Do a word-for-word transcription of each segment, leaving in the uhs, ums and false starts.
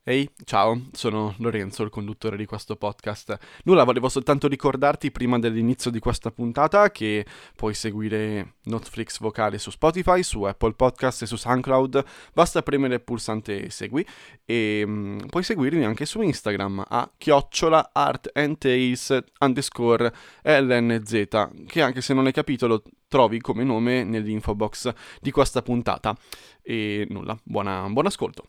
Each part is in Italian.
Ehi, ciao, sono Lorenzo, il conduttore di questo podcast. Nulla, volevo soltanto ricordarti prima dell'inizio di questa puntata che puoi seguire Netflix Vocale su Spotify, su Apple Podcast e su SoundCloud. Basta premere il pulsante segui e mm, puoi seguirmi anche su Instagram a chiocciola art and tales underscore lnz, che anche se non hai capito lo trovi come nome nell'info box di questa puntata. E nulla, buona, buon ascolto.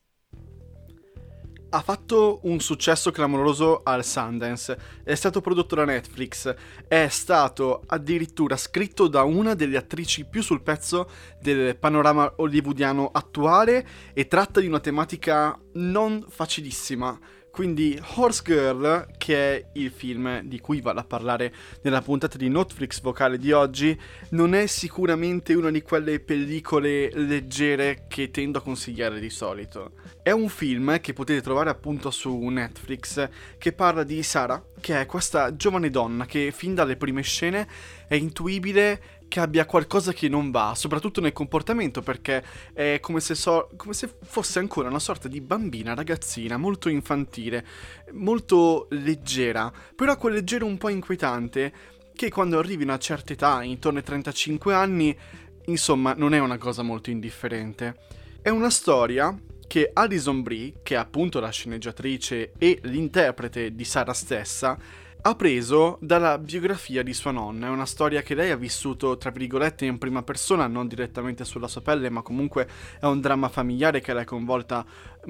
Ha fatto un successo clamoroso al Sundance, è stato prodotto da Netflix, è stato addirittura scritto da una delle attrici più sul pezzo del panorama hollywoodiano attuale e tratta di una tematica non facilissima. Quindi Horse Girl, che è il film di cui vado a parlare nella puntata di Netflix Vocale di oggi, non è sicuramente una di quelle pellicole leggere che tendo a consigliare di solito. È un film che potete trovare appunto su Netflix, che parla di Sarah, che è questa giovane donna che fin dalle prime scene è intuibile che abbia qualcosa che non va, soprattutto nel comportamento, perché è come se, so- come se fosse ancora una sorta di bambina, ragazzina, molto infantile, molto leggera, però quel leggero un po' inquietante, che quando arrivi a una certa età, intorno ai trentacinque anni, insomma, non è una cosa molto indifferente. È una storia che Alison Brie, che è appunto la sceneggiatrice e l'interprete di Sarah stessa, ha preso dalla biografia di sua nonna. È una storia che lei ha vissuto, tra virgolette, in prima persona, non direttamente sulla sua pelle, ma comunque è un dramma familiare che l'ha coinvolta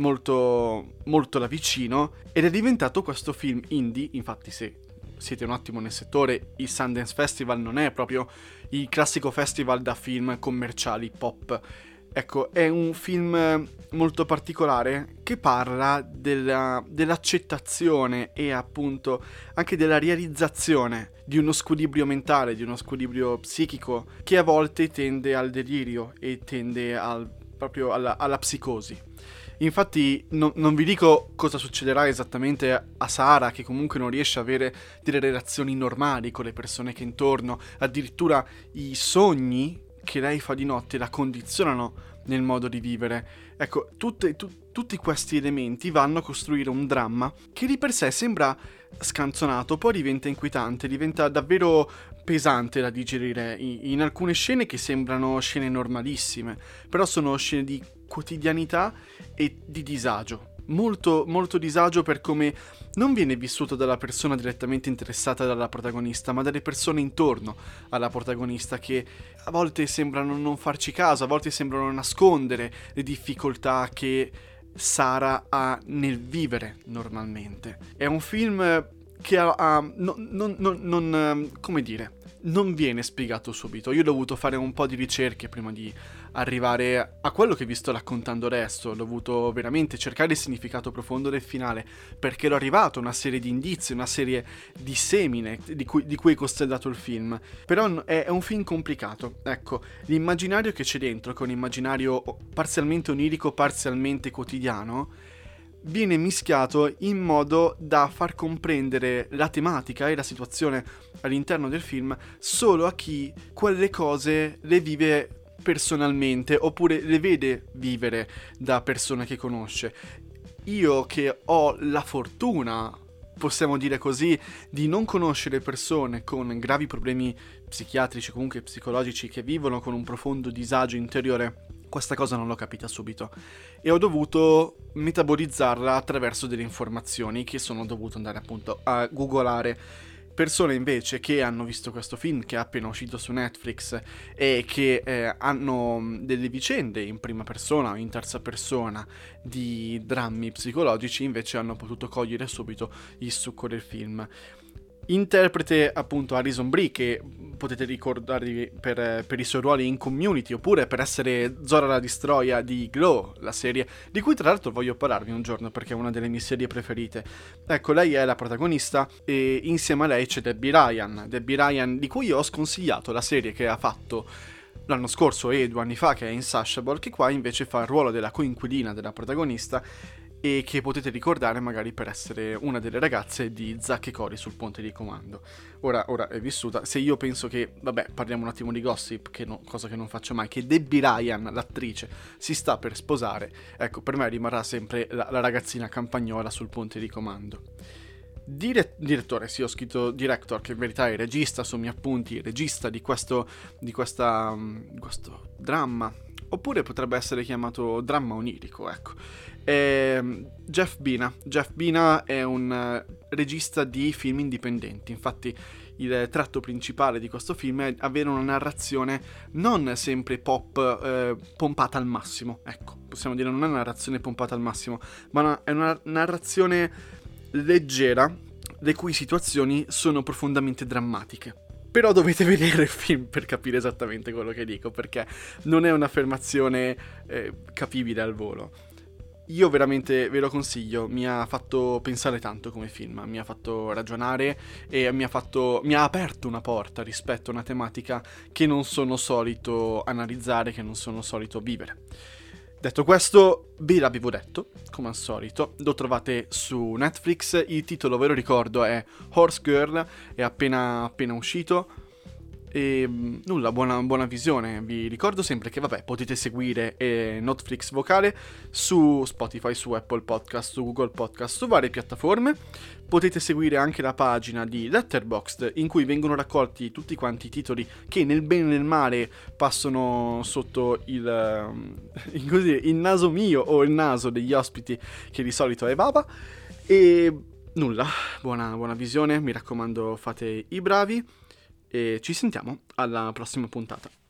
molto, molto da vicino, ed è diventato questo film indie. Infatti, se siete un attimo nel settore, il Sundance Festival non è proprio il classico festival da film commerciali pop. Ecco, è un film molto particolare che parla della, dell'accettazione e appunto anche della realizzazione di uno squilibrio mentale, di uno squilibrio psichico che a volte tende al delirio e tende al, proprio alla, alla psicosi. Infatti no, non vi dico cosa succederà esattamente a Sara, che comunque non riesce a avere delle relazioni normali con le persone che intorno, addirittura i sogni che lei fa di notte la condizionano nel modo di vivere. Ecco, tutte, tu, tutti questi elementi vanno a costruire un dramma che di per sé sembra scanzonato, poi diventa inquietante, diventa davvero pesante da digerire in alcune scene che sembrano scene normalissime, però sono scene di quotidianità e di disagio. Molto, molto disagio per come non viene vissuto dalla persona direttamente interessata dalla protagonista, ma dalle persone intorno alla protagonista, che a volte sembrano non farci caso, a volte sembrano nascondere le difficoltà che Sara ha nel vivere normalmente. È un film che ha, ha no, non, non, non, come dire, non viene spiegato subito. Io ho dovuto fare un po' di ricerche prima di arrivare a quello che vi sto raccontando adesso. Ho dovuto veramente cercare il significato profondo del finale, perché ero arrivato a una serie di indizi, una serie di semine di cui, di cui è costellato il film. Però è, è un film complicato. Ecco, l'immaginario che c'è dentro, che è un immaginario parzialmente onirico, parzialmente quotidiano, viene mischiato in modo da far comprendere la tematica e la situazione all'interno del film solo a chi quelle cose le vive personalmente, oppure le vede vivere da persone che conosce. Io che ho la fortuna, possiamo dire così, di non conoscere persone con gravi problemi psichiatrici, comunque psicologici, che vivono con un profondo disagio interiore, questa cosa non l'ho capita subito e ho dovuto metabolizzarla attraverso delle informazioni che sono dovuto andare appunto a googolare. Persone invece che hanno visto questo film, che è appena uscito su Netflix, e che eh, hanno delle vicende in prima persona o in terza persona di drammi psicologici, invece hanno potuto cogliere subito il succo del film. Interprete appunto Alison Brie, che potete ricordarvi per, per i suoi ruoli in Community, oppure per essere Zora la Destroyer di Glow, la serie di cui tra l'altro voglio parlarvi un giorno perché è una delle mie serie preferite. Ecco, lei è la protagonista e insieme a lei c'è Debbie Ryan, Debbie Ryan di cui io ho sconsigliato la serie che ha fatto l'anno scorso e due anni fa, che è Insatiable, che qua invece fa il ruolo della coinquilina della protagonista. e che potete ricordare magari per essere una delle ragazze di Zack e Cody sul ponte di comando. Ora, ora è vissuta. Se io penso che, vabbè, parliamo un attimo di gossip, che no, cosa che non faccio mai, che Debbie Ryan, l'attrice, si sta per sposare, ecco, per me rimarrà sempre la, la ragazzina campagnola sul ponte di comando. Dire- direttore, sì, ho scritto director, che in verità è regista, sono i miei appunti, regista di questo, di questa, um, questo dramma, oppure potrebbe essere chiamato dramma onirico, ecco. È Jeff Bina. Jeff Bina è un uh, regista di film indipendenti, infatti il tratto principale di questo film è avere una narrazione non sempre pop eh, pompata al massimo, ecco, possiamo dire non è una narrazione pompata al massimo, ma una, è una narrazione leggera, le cui situazioni sono profondamente drammatiche. Però dovete vedere il film per capire esattamente quello che dico, perché non è un'affermazione eh, capibile al volo. Io veramente ve lo consiglio, mi ha fatto pensare tanto come film, mi ha fatto ragionare e mi ha fatto mi ha aperto una porta rispetto a una tematica che non sono solito analizzare, che non sono solito vivere. Detto questo, ve l'avevo detto, come al solito, lo trovate su Netflix, il titolo, ve lo ricordo, è Horse Girl, è appena, appena uscito, e nulla, buona, buona visione. Vi ricordo sempre che, vabbè, potete seguire eh, Netflix vocale su Spotify, su Apple Podcast, su Google Podcast, su varie piattaforme. Potete seguire anche la pagina di Letterboxd, in cui vengono raccolti tutti quanti i titoli che nel bene e nel male passano sotto il, il, così, il naso mio o il naso degli ospiti, che di solito è Baba. E nulla, buona, buona visione, mi raccomando, fate i bravi e ci sentiamo alla prossima puntata.